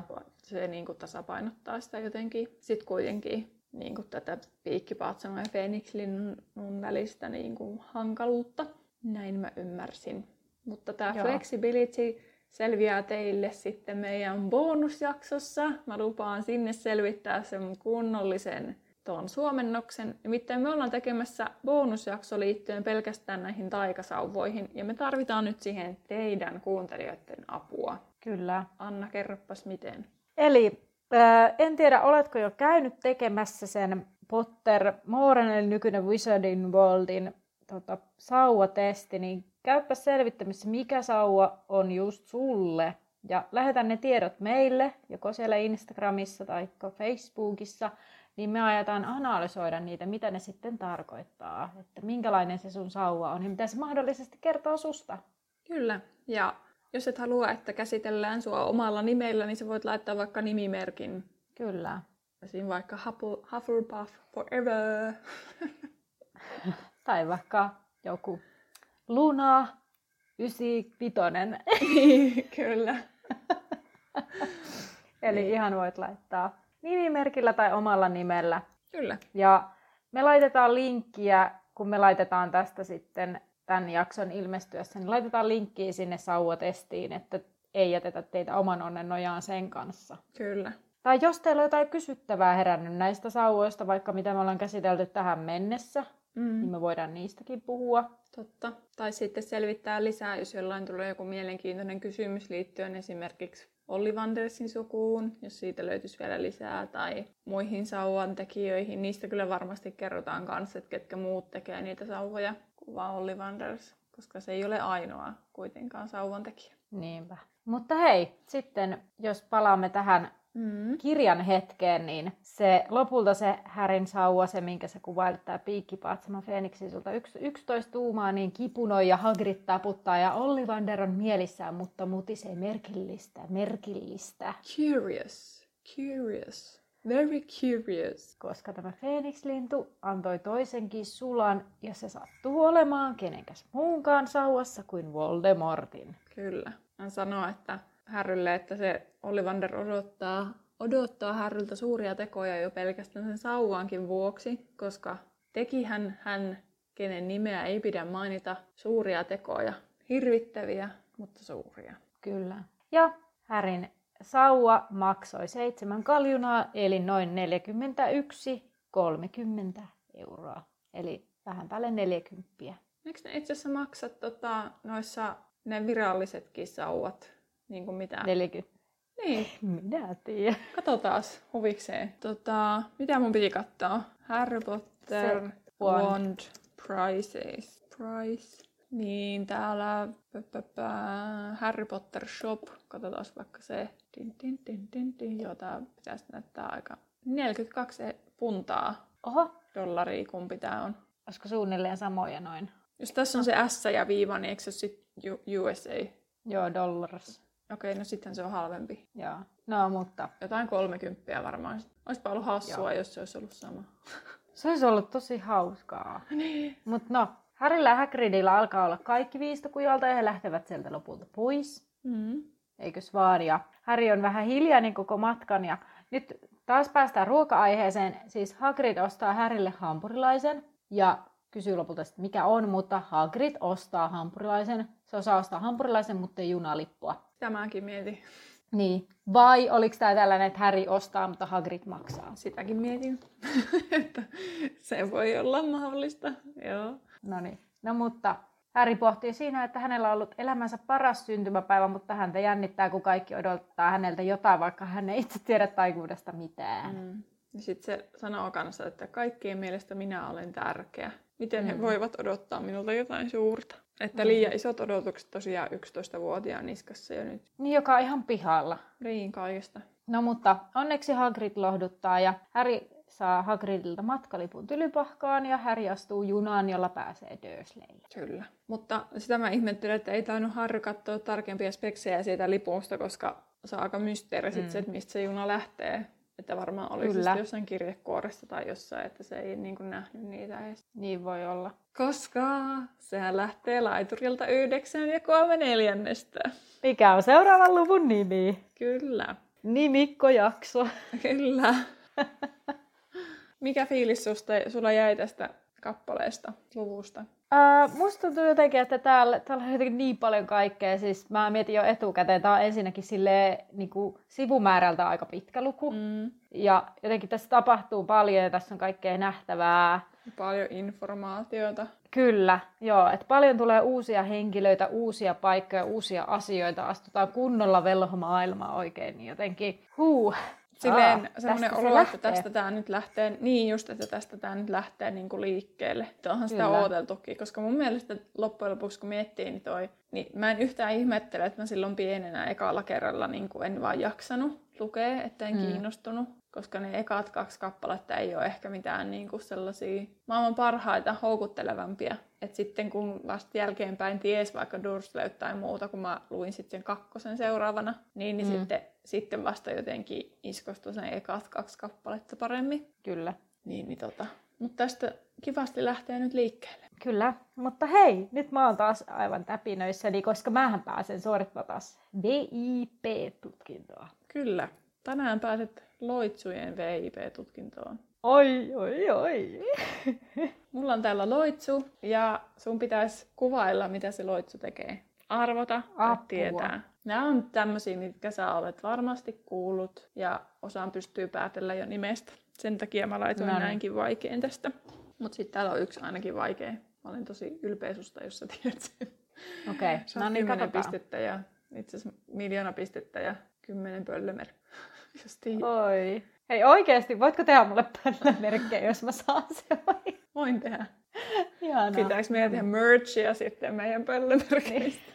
se niin kuin tasapainottaa sitä jotenkin. Sitten kuitenkin niin kuin tätä piikkipatsaman ja Feenix-linnun välistä niin kuin hankaluutta. Näin mä ymmärsin. Mutta tämä flexibility selviää teille sitten meidän bonusjaksossa. Mä lupaan sinne selvittää sen kunnollisen tuon suomennoksen. Nimittäin me ollaan tekemässä bonusjakso liittyen pelkästään näihin taikasauvoihin. Ja me tarvitaan nyt siihen teidän kuuntelijoiden apua. Kyllä. Anna, kerropas miten. Eli en tiedä, oletko jo käynyt tekemässä sen Pottermoren, eli nykyinen Wizarding Worldin sauvatesti, niin käypä selvittämässä, mikä sauva on just sulle. Ja lähetä ne tiedot meille, joko siellä Instagramissa tai Facebookissa, niin me ajetaan analysoida niitä, mitä ne sitten tarkoittaa. Että minkälainen se sun sauva on ja mitä se mahdollisesti kertoo susta. Kyllä. Ja jos et halua, että käsitellään sua omalla nimellä, niin sä voit laittaa vaikka nimimerkin. Kyllä. Siinä vaikka Hufflepuff Forever. Tai vaikka joku Luna 95. Kyllä. Eli ihan voit laittaa nimimerkillä tai omalla nimellä. Kyllä. Ja me laitetaan linkkiä, kun me laitetaan tästä sitten tämän jakson ilmestyessä, niin laitetaan linkkiä sinne sauvatestiin, että ei jätetä teitä oman onnen nojaan sen kanssa. Kyllä. Tai jos teillä on jotain kysyttävää herännyt näistä sauvoista, vaikka mitä me ollaan käsitelty tähän mennessä, niin me voidaan niistäkin puhua. Totta. Tai sitten selvittää lisää, jos jollain tulee joku mielenkiintoinen kysymys liittyen esimerkiksi Ollivandersin sukuun, jos siitä löytyisi vielä lisää, tai muihin sauvan tekijöihin. Niistä kyllä varmasti kerrotaan kanssa, että ketkä muut tekee niitä sauvoja kuin vaan Ollivanders, koska se ei ole ainoa kuitenkaan sauvan tekijä. Niinpä. Mutta hei, sitten jos palaamme tähän kirjan hetkeen, niin lopulta se Harryn sauva, se minkä sä kuvailit, tää piikkipaatsama Feeniksin sulta 11 tuumaa, niin kipunoi ja Hagrid taputtaa ja Ollivander on mielissään, mutta mutisee merkillistä. Curious. Very curious. Koska tämä Feenikslintu antoi toisenkin sulan ja se sattuu olemaan kenenkäs muunkaan sauvassa kuin Voldemortin. Kyllä. Hän sanoo, että Harrylle, että se Ollivander odottaa Harryltä suuria tekoja jo pelkästään sen sauvaankin vuoksi, koska tekihän hän, kenen nimeä ei pidä mainita, suuria tekoja. Hirvittäviä, mutta suuria. Kyllä. Ja Harryn sauva maksoi 7 kaljunaa, eli noin 41,30 €. Eli vähän päälle 40. Eikö ne itse asiassa maksa noissa ne virallisetkin sauvat? Niin kuin mitä? 40. Niin. Minä tiedän. Katsotaas huvikseen. Mitä mun piti katsoa? Harry Potter Wand Prices. Price. Niin, täällä Harry Potter Shop. Katsotaan vaikka se. Joo, tää pitäisi näyttää aika 42 puntaa. Oho. Dollaria, kumpi tää on. Olisiko suunnilleen samoja noin? Jos tässä on se S ja viiva, niin eikö se ole sitten USA? Joo, dollars. Okei, no sitten se on halvempi. Joo. No, mutta jotain 30 varmaan. Olisipa ollut hassua, jos se olisi ollut sama. Se olisi ollut tosi hauskaa. Niin. Mutta no, Harryllä ja Hagridilla alkaa olla kaikki viistokujalta ja he lähtevät sieltä lopulta pois. Eikös vaan? Ja Harry on vähän hiljainen koko matkan ja nyt taas päästään ruoka-aiheeseen. Siis Hagrid ostaa Harrylle hampurilaisen ja kysyy lopulta, että mikä on, mutta Hagrid ostaa hampurilaisen. Se osaa ostaa hampurilaisen, mutta ei junalippua. Tämäkin mietin. Niin. Vai oliko tämä tällainen, että Harry ostaa, mutta Hagrid maksaa? Sitäkin mietin. Että se voi olla mahdollista. Joo. Noniin. No mutta Harry pohtii siinä, että hänellä on ollut elämänsä paras syntymäpäivä, mutta häntä jännittää, kun kaikki odottaa häneltä jotain, vaikka hän ei itse tiedä taikuudesta mitään. Ja sitten se sanoo kanssa, että kaikkien mielestä minä olen tärkeä. Miten he voivat odottaa minulta jotain suurta? Että liian isot odotukset tosiaan 11-vuotiaan niskassa jo nyt. Niin, joka on ihan pihalla. Niin kaikesta. No mutta onneksi Hagrid lohduttaa ja Harry saa Hagridilta matkalipun Tylypahkaan ja Harry astuu junaan, jolla pääsee Dursleylle. Kyllä. Mutta sitä mä ihmettelen, että ei tainnut Harry katsoa tarkempia speksejä siitä lipusta, koska se on aika mysteeri se, että mistä se juna lähtee. Että varmaan oli siis jossain kirjekuoressa tai jossain, että se ei niin kuin nähnyt niitä edes. Niin voi olla. Koska sehän lähtee laiturilta 9,3/4. Mikä on seuraavan luvun nimi? Kyllä. Nimikkojakso. Kyllä. Mikä fiilis sulla jäi tästä kappaleesta, luvusta? Musta tuntuu jotenkin, että täällä on jotenkin niin paljon kaikkea. Siis mä mietin jo etukäteen, tää on ensinnäkin silleen, niin kuin sivumäärältä aika pitkä luku. Ja jotenkin tässä tapahtuu paljon ja tässä on kaikkea nähtävää. Paljon informaatiota. Kyllä, joo. Että paljon tulee uusia henkilöitä, uusia paikkoja, uusia asioita. Astutaan kunnolla velhomaailmaa oikein, niin jotenkin Silleen semmoinen olo, että tästä tää nyt lähtee, niin just, että tästä tää nyt lähtee niinku liikkeelle. Onhan sitä ooteltukin, koska mun mielestä loppujen lopuksi kun miettii, niin mä en yhtään ihmettele, että mä silloin pienenä ekalla kerralla niin en vaan jaksanut lukea, että en kiinnostunut. Koska ne ekat 2 kappaletta ei ole ehkä mitään niinku sellaisia maailman parhaita, houkuttelevampia. Et sitten kun vasta jälkeenpäin ties vaikka Dursley tai muuta, kun mä luin sitten sen 2 seuraavana, niin sitten vasta jotenkin iskostui ne ekat 2 kappaletta paremmin. Kyllä. Mutta tästä kivasti lähtee nyt liikkeelle. Kyllä, mutta hei, nyt mä oon taas aivan täpinöissäni, koska mähän pääsen suorittamaan taas VIP-tutkintoa. Kyllä. Tänään pääset loitsujen VIP-tutkintoon. Oi. Mulla on täällä loitsu ja sun pitäisi kuvailla, mitä se loitsu tekee. Arvota tai tietää. Nämä on tämmöisiä, mitkä sä olet varmasti kuullut ja osaan pystyy päätellä jo nimestä. Sen takia mä laitoin näinkin vaikein tästä. Mutta sitten täällä on yksi ainakin vaikea. Mä olen tosi ylpeä susta, jos sä tiedät sen. Okei, no niin, 10 pistettä ja itse asiassa 1 000 000 pistettä ja 10 pöllömerkkiä. Jos tiedät. Oi. Hei oikeesti, voitko tehdä mulle pöllömerkkejä, jos mä saan se vai? Voin tehdä. Ihanaa. Pitääkö meidän tehdä merchia sitten meidän pöllömerkeistä?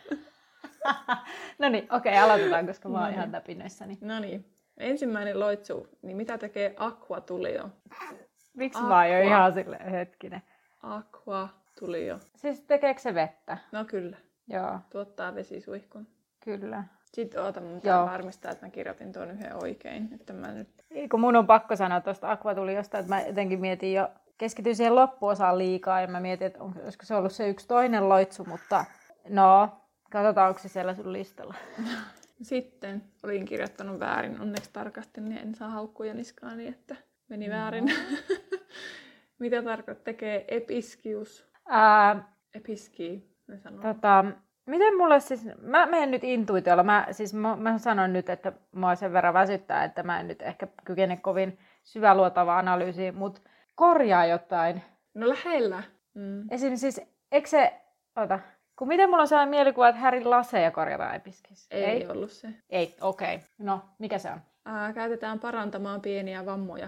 No niin, okei, aloitetaan, koska mä oon ihan täpinöissäni. No niin. Ensimmäinen loitsu, niin mitä tekee aquatulio? Miksi mä oon jo ihan silleen hetkinen? Aquatulio. Siis tekeekö se vettä? No kyllä. Joo. Tuottaa vesisuihkun. Kyllä. Sitten mun pitää varmistaa, että mä kirjoitin tuon yhden oikein. Että mä nyt... Kun mun on pakko sanoa tuosta aquatuliosta, että mä jotenkin mietin jo, keskityin siihen loppuosaan liikaa ja mä mietin, että olisiko se ollut se yksi toinen loitsu, mutta no, katsotaan, onko se siellä sun listalla. Sitten olin kirjoittanut väärin, onneksi tarkasti, niin en saa haukkuja niskaan, niin että meni väärin. Mitä tekee episkius? Episki, ne sanoo. Miten mulle siis, mä menen nyt intuitiolla, mä sanon nyt, että mua sen verran väsyttää, että mä en nyt ehkä kykene kovin syväluotavaa analyysiä, mutta korjaa jotain. No lähellä. Esimerkiksi siis, eikö se, kun miten mulla on sellainen mielikuva, että Harryn laseja korjataan episkissä? Ei ollut se. Ei, okei. No, mikä se on? Käytetään parantamaan pieniä vammoja.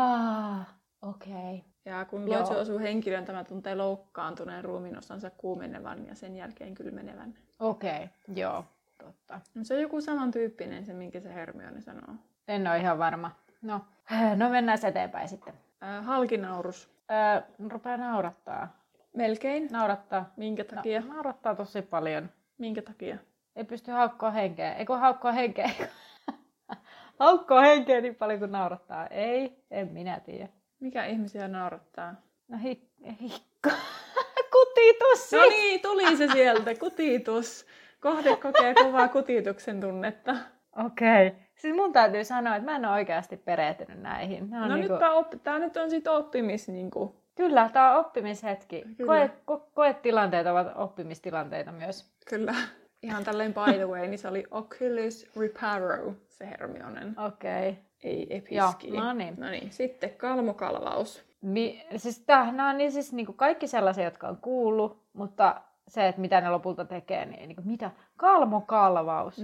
Okei. Ja kun loitsu osuu henkilön, tämä tuntee loukkaantuneen ruumiinosansa kuumenevan ja sen jälkeen kylmenevän. Okei, joo, totta. No, se on joku samantyyppinen se, minkä se Hermione sanoo. En ole ihan varma. No mennään eteenpäin sitten. Halkinaurus. Rupea naurattaa. Melkein. Naurattaa. Minkä takia? No, naurattaa tosi paljon. Minkä takia? Ei pysty haukkoa henkeä. Eikö haukkoa henkeä? Haukkoa henkeä niin paljon kuin naurattaa. Ei, en minä tiedä. Mikä ihmisiä naurattaa? No hikka. Kutitus. No niin, tuli se sieltä. Kutitus. Kohde kokee kovaa kutituksen tunnetta. Okei. Siis mun täytyy sanoa, että mä en ole oikeasti perehtynyt näihin. No niinku... tää nyt on sit oppimis niinku. Kyllä, tää on oppimishetki. Koetilanteet ovat oppimistilanteita myös. Kyllä. Ihan tälleen by the way, niin se oli Oculus Reparo, se Hermionen. Okei. Ei episki. Joo, no niin. Sitten kalmokalvaus. Nämä on siis niinku kaikki sellaisia, jotka on kuullut, mutta se, että mitä ne lopulta tekee, niin niinku, mitä? Kalmokalvaus.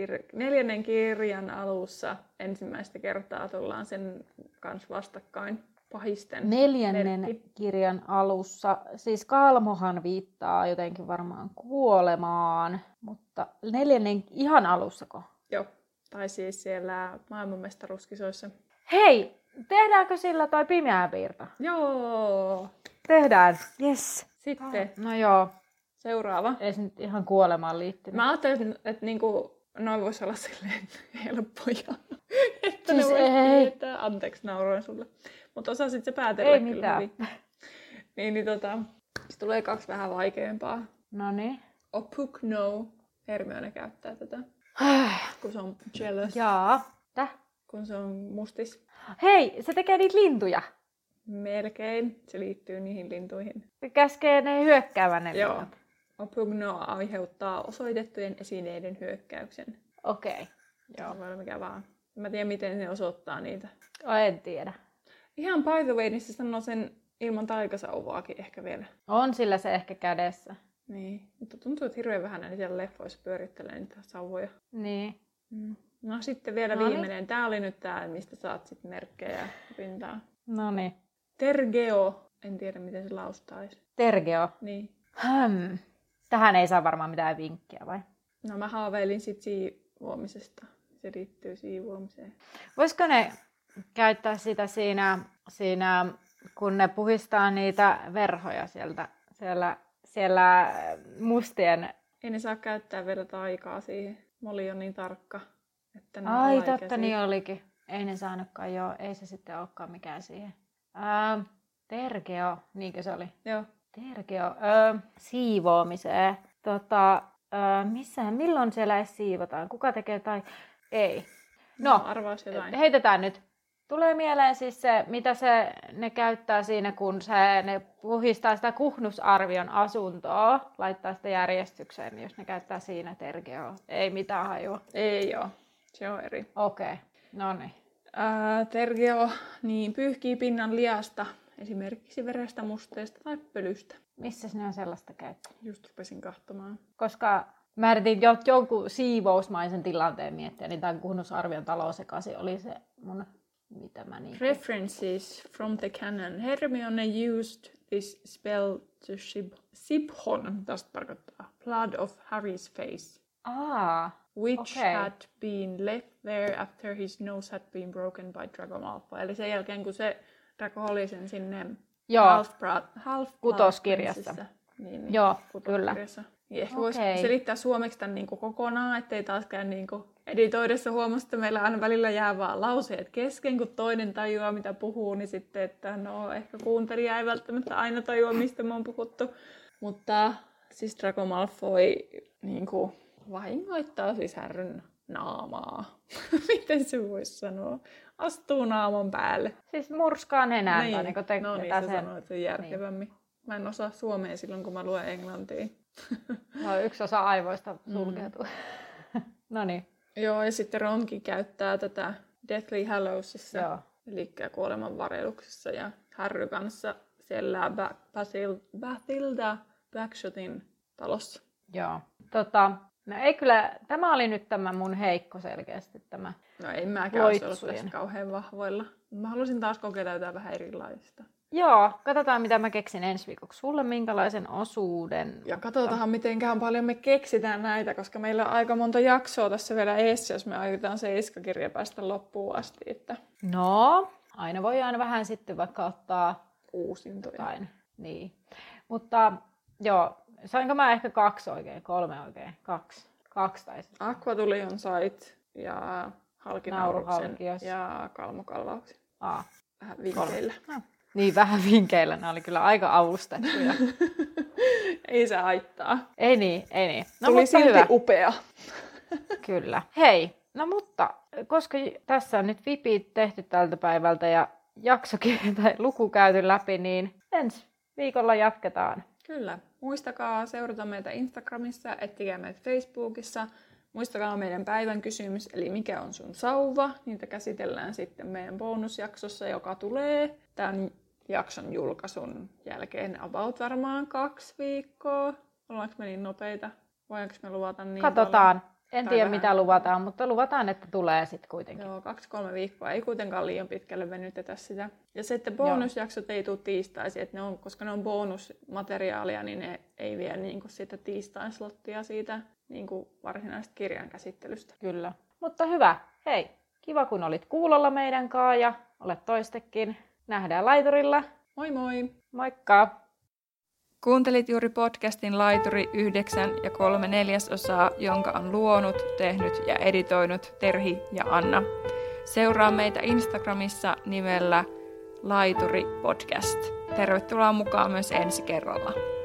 4. kirjan alussa ensimmäistä kertaa tullaan sen kanssa vastakkain. Pahisten 4. merkki. kirjan alussa. Siis kalmohan viittaa jotenkin varmaan kuolemaan, mutta 4. ihan alussako? Joo, tai siis siellä maailmanmestaruuskisoissa. Hei, tehdäänkö sillä toi pimeä piirto? Joo. Tehdään, yes. Sitten. No joo. Seuraava. Ei se nyt ihan kuolemaan liittynyt. Mä ajattelin, että niinku, noin voisi olla silleen helppoja. Että siis ne vois ei. tietää. Anteeksi, nauroin sulle. Mutta osasit se päätellä ei kyllä mitään. hyvin. Se tulee 2 vähän vaikeampaa. Noniin. Opukno. Hermione käyttää tätä. Kun se on jealous. Jaa. Kun se on mustis. Hei, se tekee niitä lintuja. Melkein. Se liittyy niihin lintuihin. Se käskee ne hyökkäävän ne Joo. linnut. Opugno aiheuttaa osoitettujen esineiden hyökkäyksen. Okei. Joo. Voi olla mikä vaan. Mä tiedän, miten se osoittaa niitä. En tiedä. Ihan by the way, niin se sanoo sen ilman taikasauvaakin ehkä vielä. On sillä se ehkä kädessä. Niin. Mutta tuntuu, että hirveän vähän niin siellä leffoissa pyörittelee niitä sauvoja. Niin. No sitten vielä viimeinen. Tää oli nyt tää, mistä saat sit merkkejä pintaa. Noniin. Tergeo. En tiedä, miten se laustaisi. Tergeo. Niin. Tähän ei saa varmaan mitään vinkkiä, vai? No mä haaveilin sit siivoamisesta. Se liittyy siivoamiseen. Voisiko ne käyttää sitä siinä kun ne puhistaa niitä verhoja siellä mustien... Ei ne saa käyttää vielä aikaa siihen. Molly on niin tarkka, että ne Ai totta, niin olikin. Ei ne saanutkaan, joo. Ei se sitten olekaan mikään siihen. Tergeo, niinkö se oli? Joo. Tergeo, siivoamiseen. Milloin siellä edes siivotaan? Kuka tekee tai... Ei. No, arvaus jotain. Heitetään nyt. Tulee mieleen siis se, mitä ne käyttää siinä, kun ne puhistaa sitä Kuhnusarvion asuntoa, laittaa sitä järjestykseen, jos ne käyttää siinä Tergeoa. Ei mitään hajua. Ei oo. Se on eri. Okei, no niin. Tergeo niin pyyhkii pinnan liasta, esimerkiksi verestä, musteesta tai pölystä. Missä ne on sellaista käyttänyt? Just rupesin kahtomaan. Koska Mä yritin jonkun siivousmaisen tilanteen miettiä, niin tämän Kuhnusarvion talo sekaisin oli se mun, mitä mä niin... References from the canon. Hermione used this spell to Siphon, tästä tarkoittaa, blood of Harry's face. Which had been left there after his nose had been broken by Draco Malfoy. Eli sen jälkeen, kun se Draco oli sen sinne Kutoskirjassa. Niin, joo, kyllä. Niin ehkä voisi selittää suomeksi tämän niin kokonaan, ettei taaskaan niin editoidessa huomasta, että meillä aina välillä jää vaan lauseet kesken, kun toinen tajuaa, mitä puhuu, niin sitten, että no ehkä kuuntelija ei välttämättä aina tajua, mistä me on puhuttu. Mutta siis Draco Malfoy niin vahingoittaa siis Harryn naamaa. Miten se voisi sanoa? Astuu naaman päälle. Siis murskaa nenään. Niin, sä sanoit sen järkevämmin. Niin. Mä en osaa suomea silloin, kun mä luen englantia. No, yksi osa aivoista sulkeutuu. Noniin. Joo, ja sitten Ronkin käyttää tätä Deathly Hallowsissa, eli kuolemanvareluksessa, ja Harry kanssa siellä Bathilda Backshotin talossa. Joo. No ei kyllä, tämä oli nyt tämä mun heikko selkeästi, tämä no en mäkään olisi ollut tässä kauhean vahvoilla. Mä halusin taas kokeilla jotain vähän erilaista. Joo, katsotaan mitä mä keksin ensi viikoksi sulle, minkälaisen osuuden. Ja katsotaan mitenkään paljon me keksitään näitä, koska meillä on aika monta jaksoa tässä vielä eessä, jos me aiotaan se Eiska-kirja päästä loppuun asti. Että... No, aina voi vähän sitten vaikka ottaa uusintoja. Niin. Mutta joo, sainko mä ehkä 2 oikein, 3 oikein, 2 taisi. Aquatulion sait ja halkinauruksen ja kalmukalvauksen. Vähän vinkkeillä. Niin, vähän vinkkeillä. Nämä oli kyllä aika avustettuja. Ei se haittaa. Ei niin. No, tuli silti hyvä. Upea. Kyllä. Hei, no mutta koska tässä on nyt vipit tehty tältä päivältä ja jaksokin tai luku käyty läpi, niin ensi viikolla jatketaan. Kyllä. Muistakaa seurata meitä Instagramissa, ettikää meitä Facebookissa. Muistakaa meidän päivän kysymys, eli mikä on sun sauva. Niitä käsitellään sitten meidän bonusjaksossa, joka tulee tämän jakson julkaisun jälkeen about varmaan 2 viikkoa. Ollaanko me niin nopeita? Voidaanko me luvata niin katsotaan. Paljon? En tiedä mitä luvataan, mutta luvataan, että tulee sitten kuitenkin. Joo, 2-3 viikkoa. Ei kuitenkaan liian pitkälle venytetä sitä. Ja sitten bonusjaksot ei tule tiistaisin, että koska ne on bonusmateriaalia, niin ne ei vie niin sitä tiistain slottia siitä niin varsinaisesta kirjan käsittelystä. Kyllä. Mutta hyvä. Hei, kiva kun olit kuulolla meidän kanssa ja olet toistekin. Nähdään laiturilla. Moi moi! Moikka! Kuuntelit juuri podcastin Laituri 9 ja 3/4, jonka on luonut, tehnyt ja editoinut Terhi ja Anna. Seuraa meitä Instagramissa nimellä Laituri Podcast. Tervetuloa mukaan myös ensi kerralla.